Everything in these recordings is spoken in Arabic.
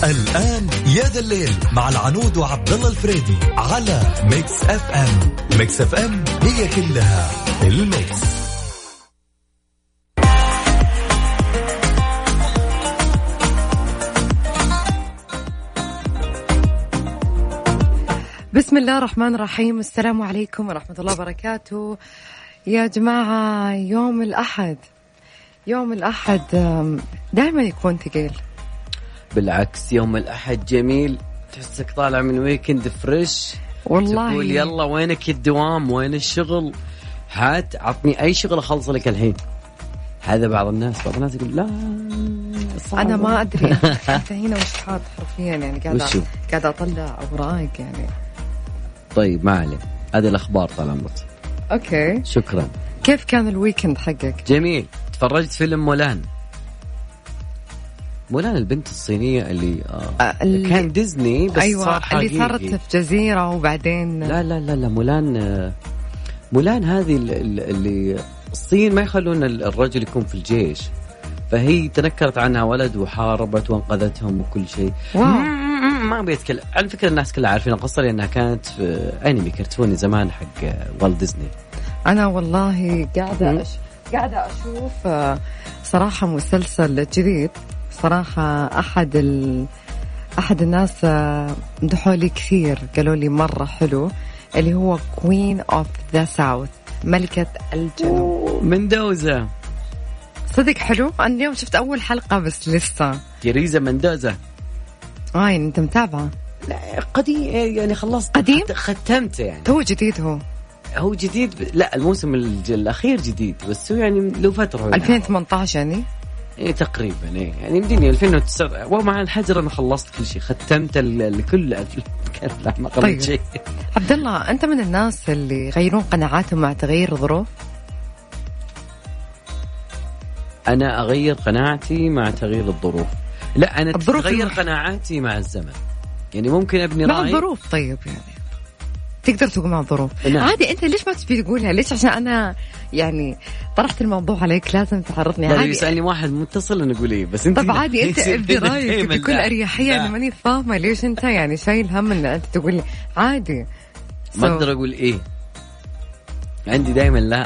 الآن يا ذا الليل مع العنود وعبد الله الفريدي على ميكس اف ام. ميكس اف ام هي كلها الميكس. بسم الله الرحمن الرحيم. السلام عليكم ورحمة الله وبركاته يا جماعة. يوم الأحد دائما يكون ثقيل. بالعكس يوم الأحد جميل، تحسك طالع من ويكند فريش والله. تقول يلا وينك الدوام، وين الشغل، هات عطني أي شغل أخلص لك الحين. هذا بعض الناس يقول لا أنا ما أدري أنت هنا وش حاط حرفيا، يعني قاعدة أطلع أوراق يعني. طيب ما عليه، هذه الأخبار طال عمرك. أوكي شكرا. كيف كان الويكند حقك؟ جميل. تفرجت فيلم مولان البنت الصينية اللي كان ديزني بس أيوة صار حقيقي. اللي صارت في جزيرة وبعدين لا مولان هذه اللي الصين ما يخلون الرجل يكون في الجيش، فهي تنكرت عنها ولد وحاربت وانقذتهم وكل شيء. ما بيتكلم على فكرة، الناس كلها عارفين القصة لأنها كانت في أنمي كرتوني زمان حق والت ديزني. أنا والله قاعدة أشوف صراحة مسلسل جديد صراحة. أحد الناس مدحوا لي كثير، قالوا لي مرة حلو، اللي هو Queen of the South، ملكة الجنوب. مندوزة. صدق حلو. أنا اليوم شفت أول حلقة بس لسه. تيريزا مندوزة. يعني أنت متابعة؟ لا قديم يعني، خلصت قديم؟ ختمته يعني. هو جديد هو جديد لا الموسم الأخير جديد، بس هو يعني له فترة 2018 يعني. إيه تقريبا إيه يعني مديني 2009 ومع الحجر أنا خلصت كل شيء، ختمت الكل ما قبل طيب. شيء. عبد الله أنت من الناس اللي يغيرون قناعاتهم مع تغيير الظروف؟ أنا أغير قناعتي مع تغيير الظروف. لا أنا تغير قناعاتي مع الزمن، يعني ممكن أبني رأي مع الظروف. طيب يعني تقدر تقول مع الظروف. نعم. عادي. أنت ليش ما تبي تقولها؟ ليش؟ عشان أنا يعني طرحت الموضوع عليك لازم تعرضني. لا عادي يسألني واحد متصل نقول إيه، بس أنت طب عادي أنت ابدي رأيك بكل أريحية. أنا ماني فاهمة ليش أنت يعني شايل هم إن أنت تقول لي عادي. ما أقدر أقول إيه، عندي دايما لا.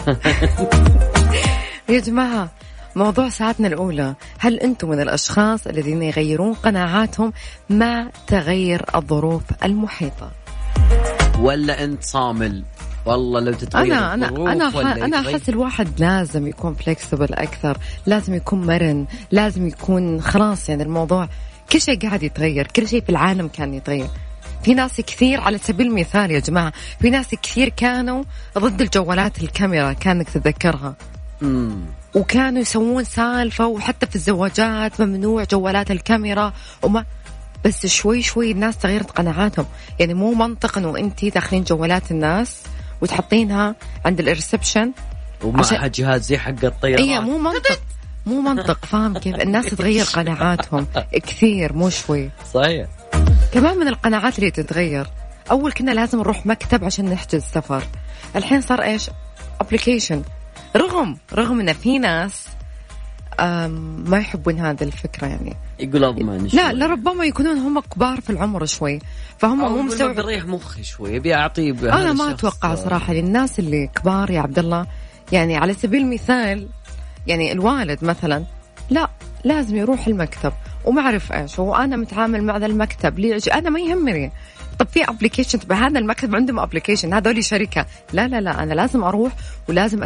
يا جماعة موضوع ساعتنا الأولى، هل أنتم من الأشخاص الذين يغيرون قناعاتهم مع تغير الظروف المحيطة، ولا أنت صامل والله لو تتغير الظروف؟ أنا أحس الواحد لازم يكون فليكسبل أكثر، لازم يكون مرن، لازم يكون خلاص يعني الموضوع كل شيء قاعد يتغير، كل شيء في العالم كان يتغير. في ناس كثير على سبيل المثال يا جماعة، في ناس كثير كانوا ضد الجوالات الكاميرا، كانك تتذكرها. وكانوا يسوون سالفة، وحتى في الزواجات ممنوع جوالات الكاميرا بس شوي الناس تغيرت قناعاتهم. يعني مو منطق انه انتي تاخذين جوالات الناس وتحطينها عند الريسبشن ومعها جهاز زي حق الطيران. ايه مو منطق. فاهم كيف الناس تغير قناعاتهم كثير مو شوي. صحيح. كمان من القناعات اللي تتغير، اول كنا لازم نروح مكتب عشان نحجز سفر، الحين صار ايش؟ ابليكيشن. رغم ان في ناس ما يحبون هذه الفكرة، يعني يقول أضمن. لا ربما يكونون هم كبار في العمر شوي، فهم مو مستوعب. بريح مخي شوي بيعطيه. أنا ما أتوقع صراحة للناس اللي كبار يا عبد الله. يعني على سبيل المثال يعني الوالد مثلا لا لازم يروح المكتب ومعرف إيش، وأنا متعامل مع ذا المكتب ليه أنا ما يهمني. طب في أبليكيشن، بهذا المكتب عندهم أبليكيشن، هذول شركة. لا أنا لازم أروح ولازم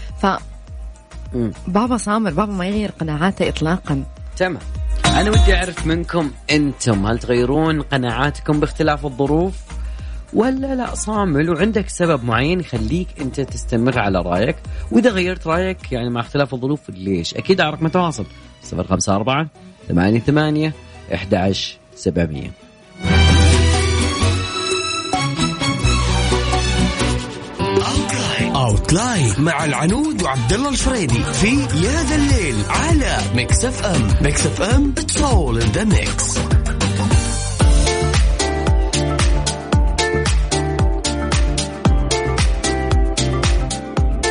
بابا صامر، بابا ما يغير قناعاته إطلاقا. تمام. أنا ودي أعرف منكم أنتم، هل تغيرون قناعاتكم باختلاف الظروف ولا لا صامل وعندك سبب معين يخليك أنت تستمر على رأيك؟ وإذا غيرت رأيك يعني مع اختلاف الظروف ليش؟ أكيد على رقم تواصل 054-88-11-700. أوتلاين مع العنود وعبد الله الفريدي في يا ذا الليل على ميكس اف ام. ميكس اف ام it's all in the mix.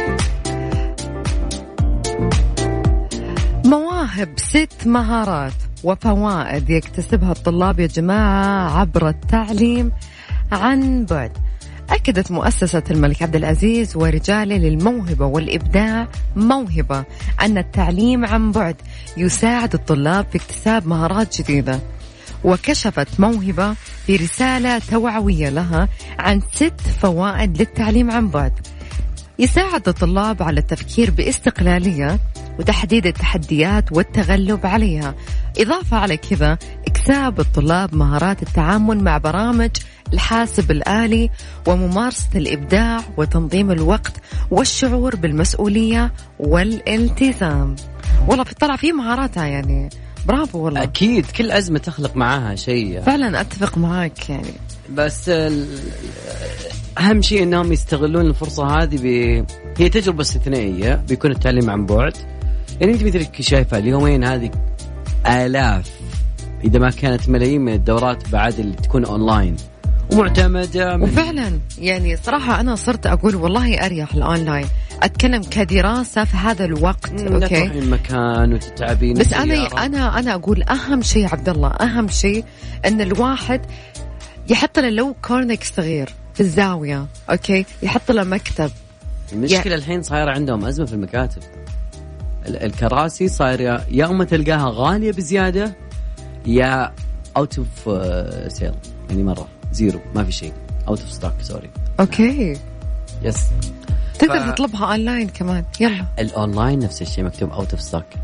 مواهب 6 مهارات وفوائد يكتسبها الطلاب يا جماعة عبر التعليم عن بعد. أكدت مؤسسة الملك عبد العزيز ورجاله للموهبة والإبداع موهبة أن التعليم عن بعد يساعد الطلاب في اكتساب مهارات جديدة. وكشفت موهبة في رسالة توعوية لها عن 6 فوائد للتعليم عن بعد. يساعد الطلاب على التفكير باستقلالية وتحديد التحديات والتغلب عليها. إضافة على كذا اكتساب الطلاب مهارات التعامل مع برامج الحاسب الآلي وممارسة الإبداع وتنظيم الوقت والشعور بالمسؤولية والالتزام. والله طلع فيه مهاراتها يعني، برافو والله. أكيد كل أزمة تخلق معاها شيء، فعلا أتفق معاك يعني. بس أهم شيء أنهم يستغلون الفرصة هذه هي تجربة استثنائية، بيكون التعليم عن بعد. يعني أنت مثلك شايفة اليومين هذه آلاف إذا ما كانت ملايين من الدورات بعد اللي تكون أونلاين ومعتمدة وفعلا يعني صراحة أنا صرت أقول والله أريح الأونلاين. أتكلم كدراسة في هذا الوقت لا تروحين مكان وتتعبين. بس أنا أقول أهم شيء عبد الله، أهم شيء أن الواحد يحط له لو كورنك صغير في الزاوية، أوكي، يحط له مكتب. المشكلة الحين صايرة عندهم أزمة في المكاتب. الكراسي صايرة يا أما تلقاها غالية بزيادة يا out of sale، يعني مرة زيرو، ما في شيء، out of stock سوري. أوكي يس تقدر تطلبها أونلاين كمان. يلا الأونلاين نفس الشيء مكتوب out of stock.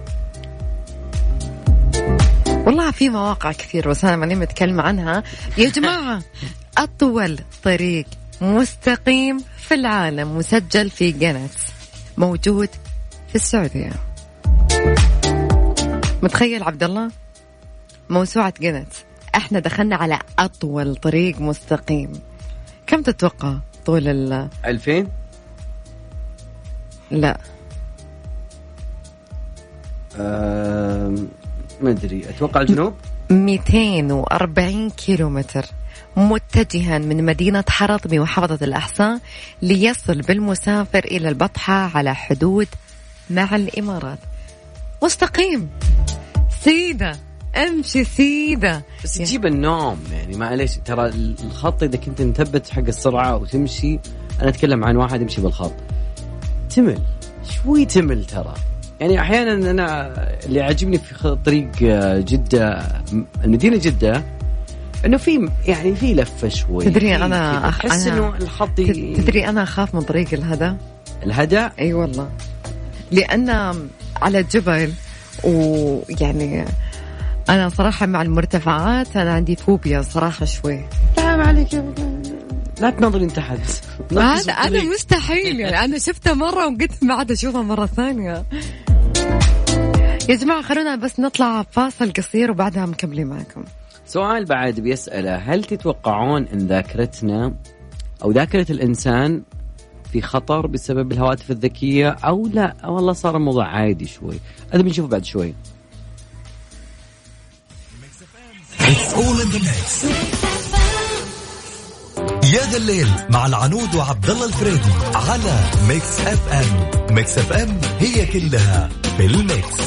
والله في مواقع كثير بس أنا ماني متكلمة عنها يا جماعة. أطول طريق مستقيم في العالم مسجل في جنت، موجود في السعودية. متخيل عبد الله؟ موسوعة جنت احنا دخلنا على أطول طريق مستقيم. كم تتوقع طول 2000؟ لا ما أدري، أتوقع الجنوب. 240 كيلومتر متجها من مدينة حرط بمحافظة الأحساء ليصل بالمسافر إلى البطحة على حدود مع الإمارات. مستقيم سيدة، امشي سيدة. بس تجيب النوم يعني معليش، ترى الخط إذا كنت مثبت حق السرعة وتمشي، أنا أتكلم عن واحد يمشي بالخط تمل شوي، تمل ترى. يعني أحيانا أنا اللي عجبني في طريق جدة المدينة جدة إنه في يعني في لفة شوي. تدري أنا أحس إنه الخط تدري أنا أخاف من طريق الهدى. أي والله، لأن على جبل، ويعني أنا صراحة مع المرتفعات أنا عندي فوبيا صراحة شوي. لا ما عليك، لا تنظرين تحت. هذا أنا مستحيل يعني. أنا شفتها مرة وقلت ما عاد أشوفها مرة ثانية. يا جماعة خلونا بس نطلع فاصل قصير وبعدها مكملين معكم. سؤال بعد بيسأله، هل تتوقعون أن ذاكرتنا أو ذاكرة الإنسان في خطر بسبب الهواتف الذكية أو لا؟ والله صار الموضوع عادي شوي، هذا بنشوفه بعد شوي. يا ذا الليل مع العنود وعبد الله الفريدي على ميكس اف ام. ميكس اف ام هي كلها في الميكس.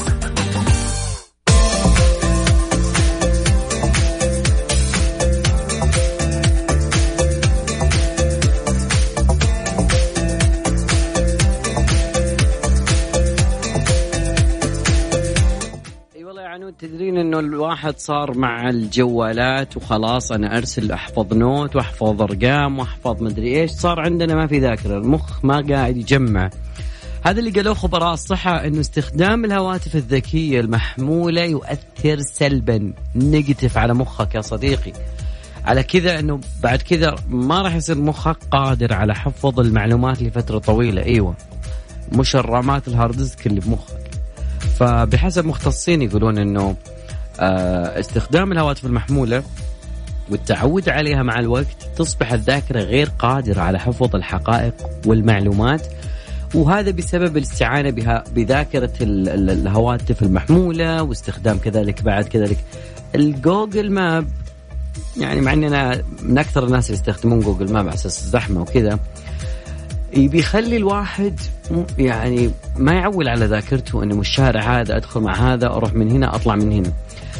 تدرين انه الواحد صار مع الجوالات وخلاص، انا ارسل احفظ نوت واحفظ ارقام واحفظ مدري ايش، صار عندنا ما في ذاكره، المخ ما قاعد يجمع. هذا اللي قالوه خبراء الصحه، انه استخدام الهواتف الذكيه المحموله يؤثر سلبا نيجاتيف على مخك يا صديقي. على كذا انه بعد كذا ما راح يصير مخك قادر على حفظ المعلومات لفتره طويله. ايوه، مش الرامات الهارد ديسك اللي بمخك. فبحسب مختصين يقولون انه استخدام الهواتف المحمولة والتعود عليها مع الوقت تصبح الذاكرة غير قادرة على حفظ الحقائق والمعلومات، وهذا بسبب الاستعانة بذاكرة الهواتف المحمولة، واستخدام كذلك بعد كذلك الجوجل ماب. يعني مع اننا من اكثر الناس اللي يستخدمون جوجل ماب على اساس الزحمة وكذا، بيخلي الواحد يعني ما يعول على ذاكرته انه الشارع هذا ادخل مع هذا، اروح من هنا اطلع من هنا.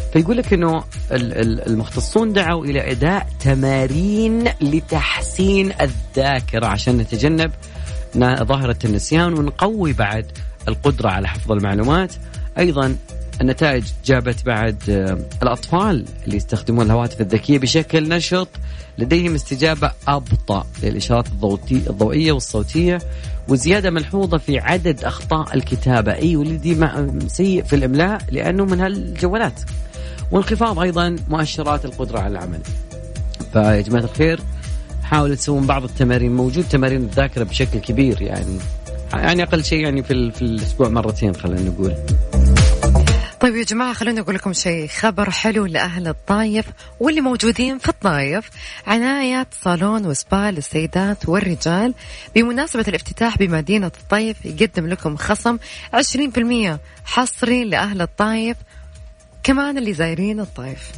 فيقول لك إنه المختصون دعوا إلى أداء تمارين لتحسين الذاكرة عشان نتجنب ظاهرة النسيان ونقوي بعد القدرة على حفظ المعلومات. أيضا النتائج جابت بعد الأطفال اللي يستخدمون الهواتف الذكية بشكل نشط لديهم استجابة أبطأ للإشارات الضوئية والصوتية، وزيادة ملحوظة في عدد أخطاء الكتابة والذي سيء في الإملاء لأنه من هالجوالات، وانخفاض أيضا مؤشرات القدرة على العمل. فيا جماعة الخير حاولوا تسوون بعض التمارين، موجود تمارين الذاكرة بشكل كبير يعني أقل شيء يعني في الأسبوع مرتين خلينا نقول. طيب يا جماعة خلوني أقول لكم شيء، خبر حلو لأهل الطايف واللي موجودين في الطايف. عناية صالون وسبا للسيدات والرجال بمناسبة الافتتاح بمدينة الطايف يقدم لكم خصم 20% حصري لأهل الطايف كمان اللي زايرين الطايف.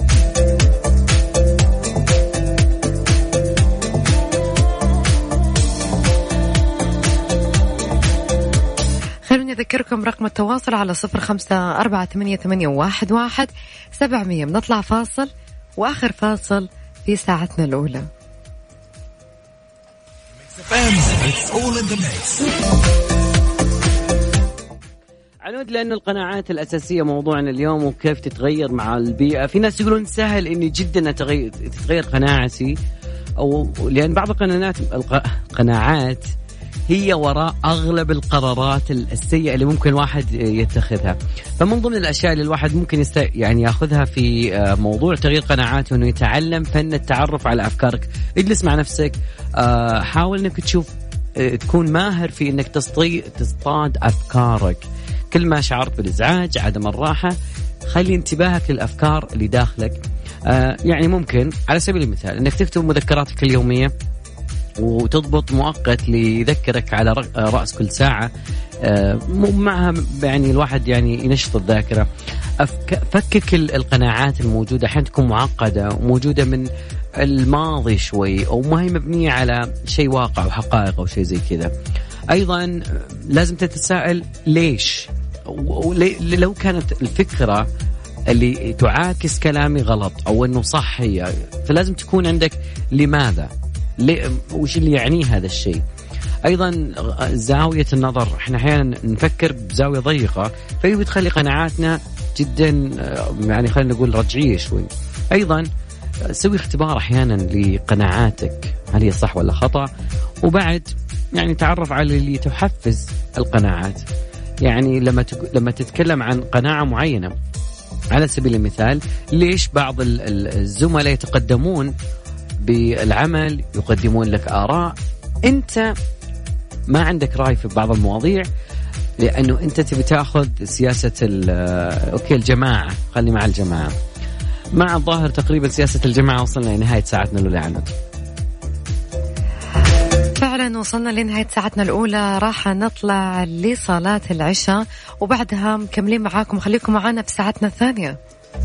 خلوني أذكركم رقم التواصل على 0548811700. بنطلع فاصل وآخر فاصل في ساعتنا الأولى. عنود، لأن القناعات الأساسية موضوعنا اليوم وكيف تتغير مع البيئة. في ناس يقولون سهل إني جدا تتغير قناعتي، أو لأن بعض القناعات هي وراء أغلب القرارات السيئة اللي ممكن الواحد يتخذها. فمن ضمن الأشياء اللي الواحد ممكن يعني يأخذها في موضوع تغيير قناعاته إنه يتعلم فن التعرف على أفكارك. اجلس مع نفسك، حاول إنك تكون ماهر في إنك تصطاد أفكارك. كل ما شعرت بالإزعاج، عدم الراحة، خلي انتباهك للأفكار اللي داخلك. يعني ممكن على سبيل المثال إنك تكتب مذكراتك اليومية وتضبط مؤقت ليذكرك على رأس كل ساعة، معها يعني الواحد يعني ينشط الذاكرة. فكك القناعات الموجودة أحيانا تكون معقدة وموجودة من الماضي شوي، أو ما هي مبنية على شيء واقع وحقائق أو شيء زي كذا. أيضا لازم تتساءل ليش، لو كانت الفكرة اللي تعاكس كلامي غلط أو أنه صح هي، فلازم تكون عندك لماذا، وش اللي يعنيه هذا الشيء. أيضا زاوية النظر، احنا أحيانا نفكر بزاوية ضيقة فهي بتخلي قناعاتنا جدا يعني خلينا نقول رجعية شوي. أيضا سوي اختبار أحيانا لقناعاتك هل هي صح ولا خطأ، وبعد يعني تعرف على اللي تحفز القناعات. يعني لما تتكلم عن قناعة معينة على سبيل المثال، ليش بعض الزملاء يتقدمون بالعمل يقدمون لك آراء، أنت ما عندك رأي في بعض المواضيع لأنه أنت تبي تأخذ سياسة أوكي الجماعة، خلي مع الجماعة. مع الظاهر تقريبا سياسة الجماعة وصلنا لنهاية ساعتنا الأولى عنود. فعلا وصلنا لنهاية ساعتنا الأولى، راح نطلع لصلاة العشاء وبعدها مكملين معاكم. خليكم معنا في ساعتنا الثانية.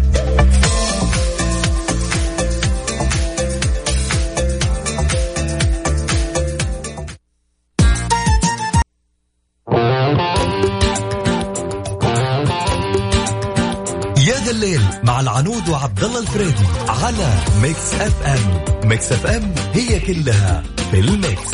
الليل مع العنود وعبد الله الفريدي على ميكس اف ام. ميكس اف ام هي كلها في الميكس.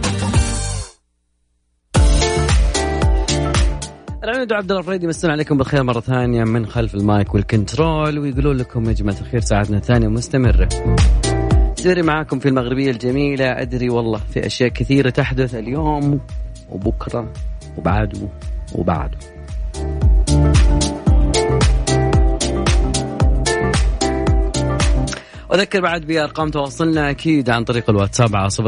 العنود وعبد الله الفريدي مسنا عليكم بالخير مرة ثانية من خلف المايك والكنترول، ويقولون لكم يا جماعة الخير ساعتنا الثانية مستمرة. سيري معاكم في المغربية الجميلة. أدري والله في أشياء كثيرة تحدث اليوم وبكرة وبعده وبعده. وأذكر بعد بأرقام تواصلنا أكيد عن طريق الواتساب على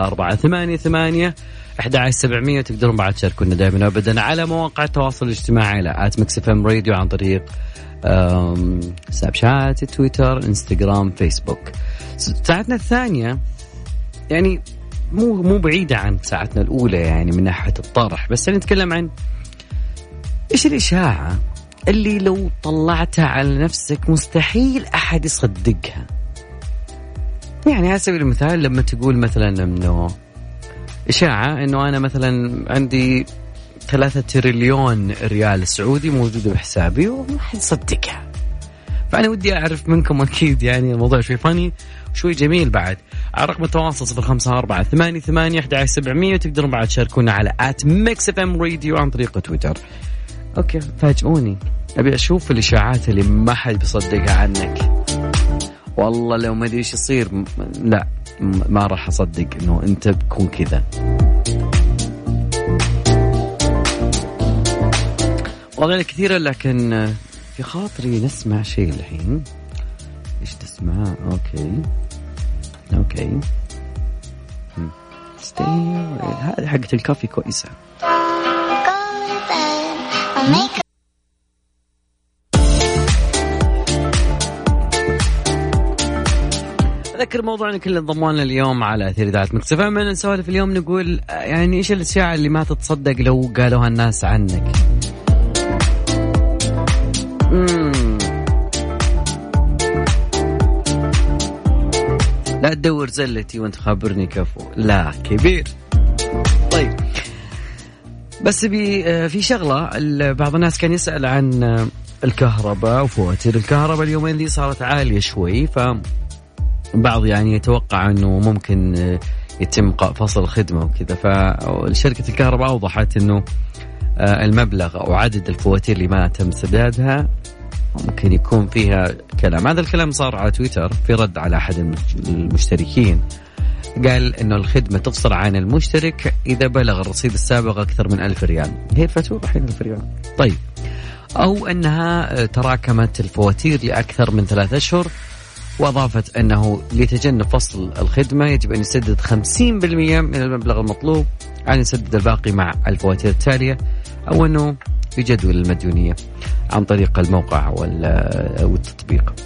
0548811700. تقدرون بعد تشاركونا دائما أبدا على مواقع التواصل الاجتماعي على @mixfmradio عن طريق سناب شات، تويتر، انستغرام، فيسبوك. ساعتنا الثانية يعني مو بعيدة عن ساعتنا الأولى يعني من ناحية الطرح، بس نتكلم عن إيش الإشاعة اللي لو طلعتها على نفسك مستحيل أحد يصدقها. يعني على سبيل المثال لما تقول مثلا إنه إشاعة إنه أنا مثلا عندي 3 تريليون ريال سعودي موجودة بحسابي وما حد يصدقها، فأنا ودي أعرف منكم أكيد يعني الموضوع شوي فاني وشوي جميل بعد. على رقم التواصل 0548811700 وتقدرون بعد تشاركونا على @mixfmradio عن طريق تويتر. أوكي فاجئوني، أبي أشوف الإشاعات اللي ما حد بيصدقها عنك. والله لو ما أدري إيش يصير لا ما راح أصدق إنه أنت بكون كذا. والله كثيرة لكن في خاطري نسمع شيء الحين. إيش تسمع؟ أوكي هذه حقة الكافي كويسة. أذكر موضوعنا كله انضموا لنا اليوم على أثير إذاعة مكس اف ام. نسولف اليوم نقول يعني إيش الأشياء اللي ما تتصدق لو قالوها الناس عنك. لا تدور زلتي وانت خابرني كفو، لا كبير. طيب بس في شغلة بعض الناس كان يسأل عن الكهرباء وفواتير الكهرباء اليومين دي صارت عالية شوي، فبعض يعني يتوقع أنه ممكن يتم فصل الخدمة وكذا. فشركة الكهرباء أوضحت أنه المبلغ أو عدد الفواتير اللي ما تم سدادها ممكن يكون فيها كلام. هذا الكلام صار على تويتر في رد على أحد المشتركين، قال إنه الخدمة تفصل عن المشترك إذا بلغ الرصيد السابق أكثر من 1000 ريال. هي الفاتورة حين 1000 ريال. طيب أو أنها تراكمت الفواتير لأكثر من 3 أشهر، وأضافت أنه لتجنب فصل الخدمة يجب أن يسدد 50% من المبلغ المطلوب عن يسدد الباقي مع الفواتير التالية، أو أنه يجدول المديونية عن طريق الموقع أو التطبيق.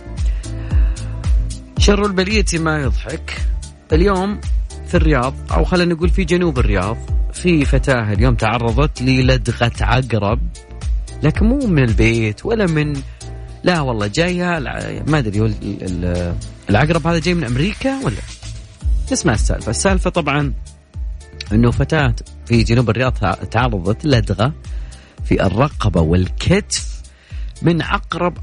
شر البلية ما يضحك. اليوم في الرياض أو خلينا نقول في جنوب الرياض في فتاة اليوم تعرضت للدغة عقرب، لكن مو من البيت ولا من لا والله جايها ما أدري العقرب هذا جاي من أمريكا ولا. اسمع السالفة طبعا أنه فتاة في جنوب الرياض تعرضت لدغة في الرقبة والكتف من عقرب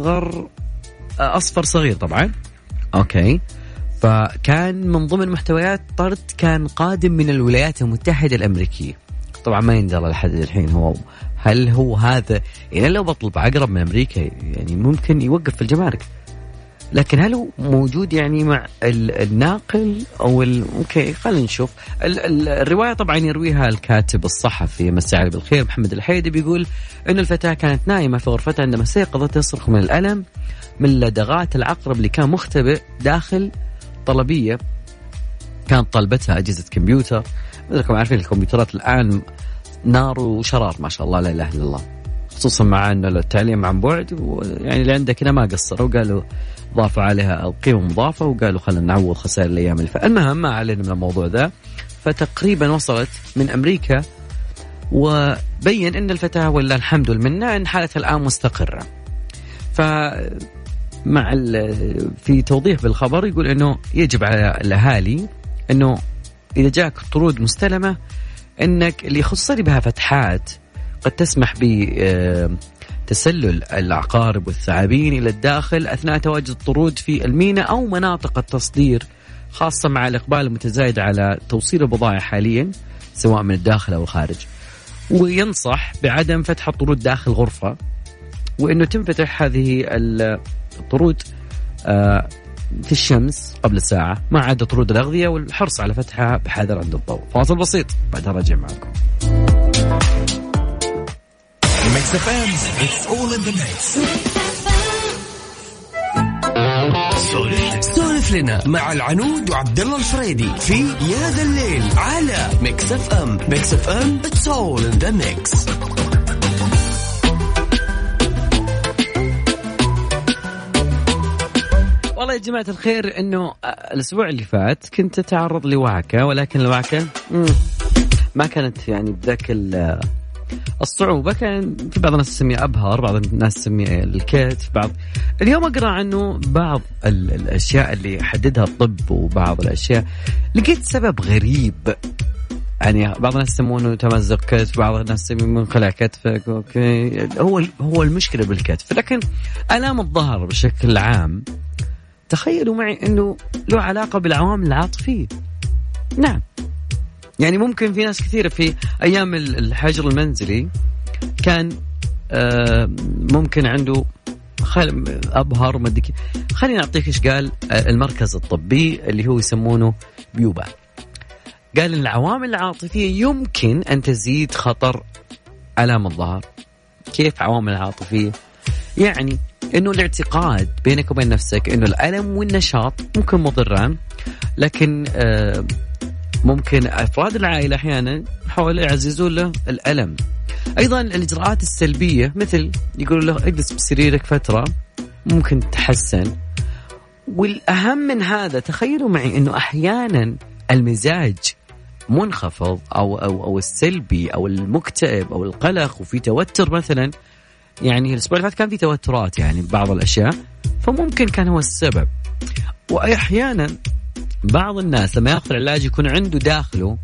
أصفر صغير طبعا. أوكي فكان من ضمن محتويات طرد كان قادم من الولايات المتحدة الأمريكية. طبعا ما يندرى لحد الحين هل هو هذا يعني لو بطلب عقرب من أمريكا يعني ممكن يوقف في الجمارك، لكن هل هو موجود يعني مع الناقل أو أوكي خلينا نشوف. الرواية طبعا يرويها الكاتب الصحفي مساء عليه بالخير محمد الحيدي، بيقول إن الفتاة كانت نائمة في غرفتها عندما استيقظت تصرخ من الألم من لدغات العقرب اللي كان مختبئ داخل طلبية كانت طلبتها أجهزة كمبيوتر. مثلكم عارفين الكمبيوترات الآن نار وشرار ما شاء الله لا إله إلا الله، خصوصا مع أن التعليم عن بعد يعني اللي عندك هنا ما قصروا وقالوا ضافوا عليها القيمة مضافة وقالوا خلنا نعوض خسائر الأيام اللي فاتت. المهم ما علينا من الموضوع ذا. فتقريبا وصلت من أمريكا وبين أن الفتاة ولا الحمد لله أن حالتها الآن مستقرة. فمع في توضيح بالخبر يقول أنه يجب على الأهالي أنه إذا جاءك طرود مستلمة أنك اللي يخصني بها فتحات قد تسمح بتسلل العقارب والثعابين إلى الداخل أثناء تواجد الطرود في الميناء أو مناطق التصدير، خاصة مع الإقبال المتزايد على توصيل البضائع حاليا سواء من الداخل أو الخارج. وينصح بعدم فتح الطرود داخل غرفة، وأنه تنفتح هذه الطرود في الشمس قبل ساعة ما عدا طرود الأغذية، والحرص على فتحها بحذر عند الضوء. فاصل بسيط بعدها راجع معكم. سولف لنا مع العنود وعبد الله الفريدي في يا ذا الليل على ميكس اف ام. ميكس اف ام it's all in the mix. والله يا جماعة الخير إنه الأسبوع اللي فات كنت أتعرض لوعكة، ولكن الوعكة ما كانت يعني بذاك الصعوبة. كان في بعض الناس تسميه أبهر، بعض الناس تسميه الكتف، بعض اليوم أقرأ عنه بعض الأشياء اللي حددها الطب وبعض الأشياء لقيت سبب غريب يعني بعض الناس يسمونه تمزق كتف، بعض الناس يسمونه منخلع كتفك. اوكي، هو المشكله بالكتف. لكن الام الظهر بشكل عام تخيلوا معي انه له علاقه بالعوامل العاطفيه. نعم، يعني ممكن في ناس كثيره في ايام الحجر المنزلي كان ممكن عنده أبهر مدك. خليني أعطيك إيش قال المركز الطبي اللي هو يسمونه بيوبا. قال إن العوامل العاطفية يمكن أن تزيد خطر آلام الظهر. كيف عوامل عاطفية؟ يعني إنه الاعتقاد بينك وبين نفسك إنه الألم والنشاط ممكن مضران، لكن ممكن أفراد العائلة أحيانا حاولوا يعززون له الألم. أيضا الإجراءات السلبية مثل يقولوا له اجلس بسريرك فترة ممكن تتحسن. والأهم من هذا تخيلوا معي أنه أحيانا المزاج منخفض أو السلبي أو المكتئب أو القلق وفي توتر مثلا. يعني الأسبوع اللي فات كان في توترات يعني بعض الأشياء، فممكن كان هو السبب. وأحيانا بعض الناس لما يأخذ العلاج يكون عنده داخله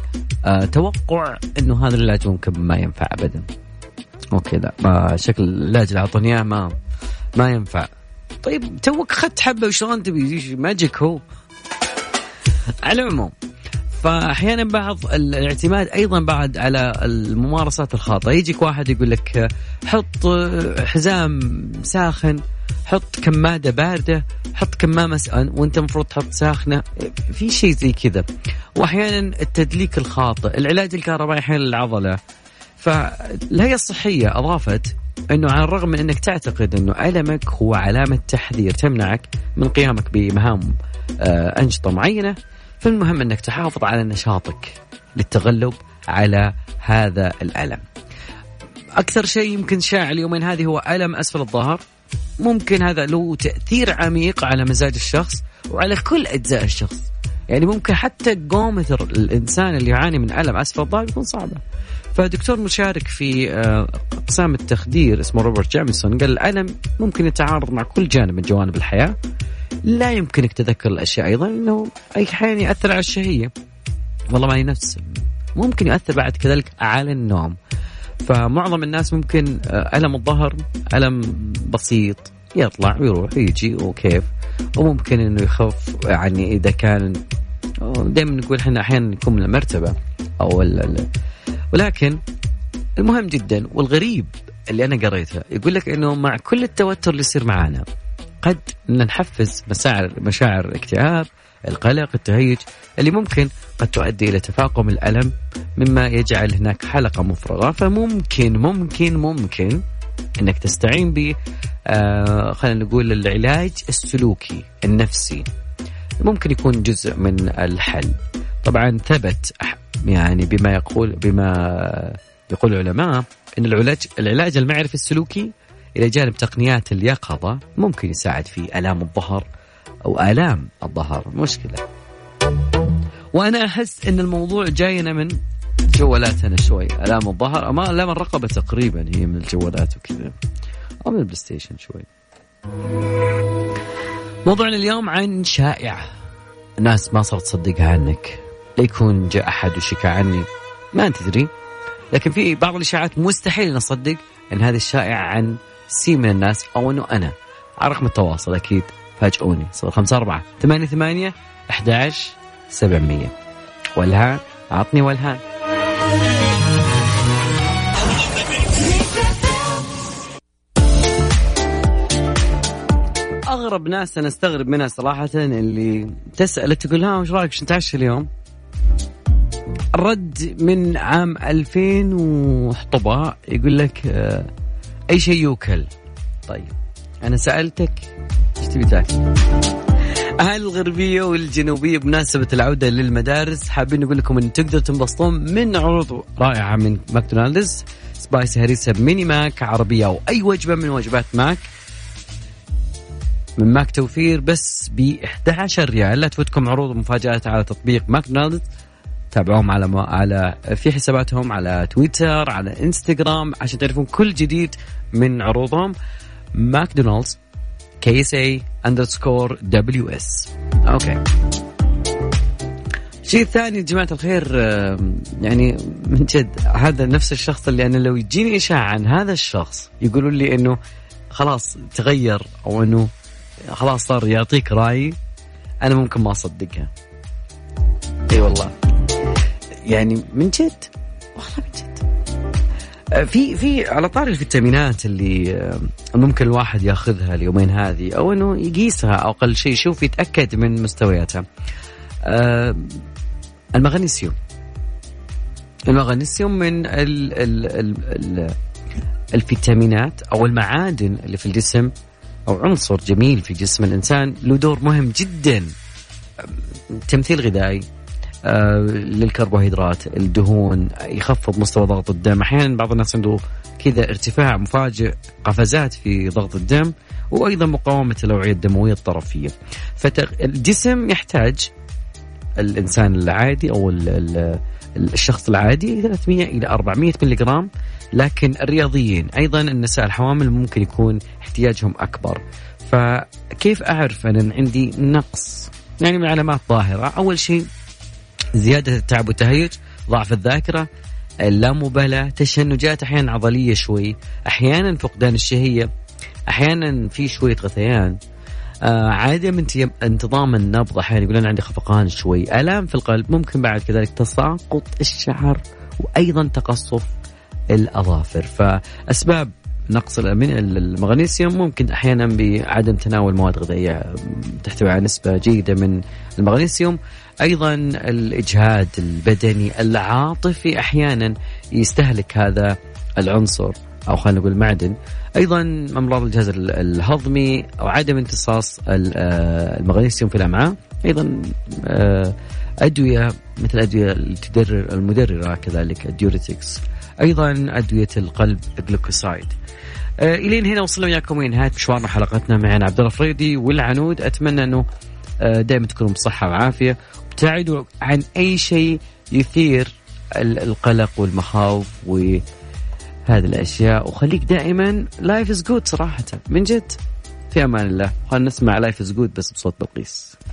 توقع انه هذا العلاج ممكن ما ينفع ابدا. اوكي، لا شكل العلاج اللي اعطوني اياه ما ينفع. طيب توك اخذت حبه وشلون تبي ماجيك هو؟ على العموم فاحيانا بعض الاعتماد ايضا بعد على الممارسات الخاطئه. يجيك واحد يقول لك حط حزام ساخن، حط كمادة باردة، حط كمامة وانت مفروض تحط ساخنة، في شيء زي كذا. واحيانا التدليك الخاطئ، العلاج الكهربائي احيانا للعضلة. فالهيئة الصحية اضافت انه على الرغم من انك تعتقد انه ألمك هو علامة تحذير تمنعك من قيامك بمهام أنشطة معينة، فالمهم انك تحافظ على نشاطك للتغلب على هذا الألم. اكثر شيء يمكن شائع اليومين هذه هو ألم أسفل الظهر. ممكن هذا له تأثير عميق على مزاج الشخص وعلى كل أجزاء الشخص. يعني ممكن حتى قومة الإنسان اللي يعاني من ألم أسفل الظهر يكون صعبة. فدكتور مشارك في أقسام التخدير اسمه روبرت جيمسون قال الألم ممكن يتعارض مع كل جانب من جوانب الحياة. لا يمكنك تذكر الأشياء أيضا أنه أي حين يأثر على الشهية، والله ما هي نفس، ممكن يؤثر بعد كذلك على النوم. فمعظم الناس ممكن ألم الظهر ألم بسيط يطلع ويروح ويجي وكيف، وممكن إنه يخف. يعني إذا كان دائما نقول إحنا أحيانا يكون من المرتبة أو ولكن المهم جدا والغريب اللي أنا قريته يقول لك إنه مع كل التوتر اللي يصير معنا قد نحفز مشاعر الاكتئاب، القلق، التهيج اللي ممكن قد تؤدي إلى تفاقم الألم مما يجعل هناك حلقة مفرغة. فممكن أنك تستعين ب خلينا نقول العلاج السلوكي النفسي، ممكن يكون جزء من الحل. طبعا ثبت يعني بما يقول العلماء أن العلاج المعرفي السلوكي إلى جانب تقنيات اليقظة ممكن يساعد في آلام الظهر أو آلام الظهر. مشكلة، وأنا أحس أن الموضوع جاينا من جوالاتنا شوي. آلام الظهر أما آلام الرقبة تقريبا هي من الجوالات وكذا أو من البلاي ستيشن شوي. موضوعنا اليوم عن شائعة الناس ما صارت تصدقها عنك، ليكون جاء أحد وشكى عني ما تدري، لكن في بعض الإشاعات مستحيل نصدق أن هذه الشائعة عن سي من الناس أو أنه أنا. على رقم التواصل أكيد فاجئوني 0548811700 والهان عطني والهان. أغرب ناس أنا استغرب منها صراحة اللي تسأل تقول لها وش رأيك شو نتعشى اليوم؟ الرد من عام 2000 وحطبة يقول لك أي شيء يوكل. طيب أنا سألتك إيش تبي تاكل؟ أهل الغربية والجنوبية بمناسبة العودة للمدارس حابين نقول لكم أن تقدروا تنبسطون من عروض رائعة من ماكدونالدز، سبايسي هريسة ميني ماك عربية أو أي وجبة من وجبات ماك من ماك توفير بس ب11 ريال. لا تفوتكم عروض ومفاجآت على تطبيق ماكدونالدز. تابعوهم على في حساباتهم على تويتر على انستغرام عشان تعرفون كل جديد من عروضهم. ماكدونالدز KSA_WS. اوكي شيء ثاني يا جماعة الخير، يعني من جد هذا نفس الشخص اللي أنا لو يجيني إشاعة عن هذا الشخص يقولوا لي إنه خلاص تغير أو إنه خلاص صار يعطيك رأي، أنا ممكن ما أصدقها. أي والله يعني من جد والله من جد. في على طاري الفيتامينات اللي ممكن الواحد ياخذها اليومين هذه أو إنه يقيسها أو أقل شيء يشوف يتأكد من مستوياتها. المغنيسيوم من الفيتامينات أو المعادن اللي في الجسم أو عنصر جميل في جسم الإنسان، له دور مهم جدا، تمثيل غذائي للكربوهيدرات، الدهون، يخفض مستوى ضغط الدم. أحيانا بعض الناس عنده كذا ارتفاع مفاجئ، قفزات في ضغط الدم، وأيضا مقاومة الأوعية الدموية الطرفية. فالجسم يحتاج الإنسان العادي أو الشخص العادي 300 إلى 400 ملغرام، لكن الرياضيين أيضا النساء الحوامل ممكن يكون احتياجهم أكبر. فكيف أعرف أن عندي نقص؟ يعني من علامات ظاهرة، أول شيء زيادة التعب والتهيج، ضعف الذاكرة، اللامبالاة، تشنجات أحيانا عضلية شوي، أحيانا فقدان الشهية، أحيانا في شوية غثيان، عدم انتظام النبض، أحيانا يقولون عندي خفقان شوي، آلام في القلب، ممكن بعد كذلك تساقط الشعر، وأيضا تقصف الأظافر. فأسباب نقص المغنيسيوم ممكن أحيانا بعدم تناول مواد غذائية تحتوي على نسبة جيدة من المغنيسيوم، أيضا الإجهاد البدني العاطفي أحيانا يستهلك هذا العنصر أو خلينا نقول المعدن، أيضا أمراض الجهاز الهضمي أو عدم امتصاص المغنيسيوم في الأمعاء، أيضا أدوية مثل أدوية المدررة كذلك الديوريتكس، أيضا أدوية القلب الجلوكوسايد. إلين هنا وصلنا وياكم نهاية مشوارنا حلقتنا معنا عبد الله الفريدي والعنود. أتمنى أنه دائما تكونوا بصحة وعافية، وابتعدوا عن أي شيء يثير القلق والمخاوف وهذه الأشياء، وخليك دائما لايف از جود. صراحة من جد في أمان الله. خلينا نسمع لايف از جود بس بصوت بلقيس.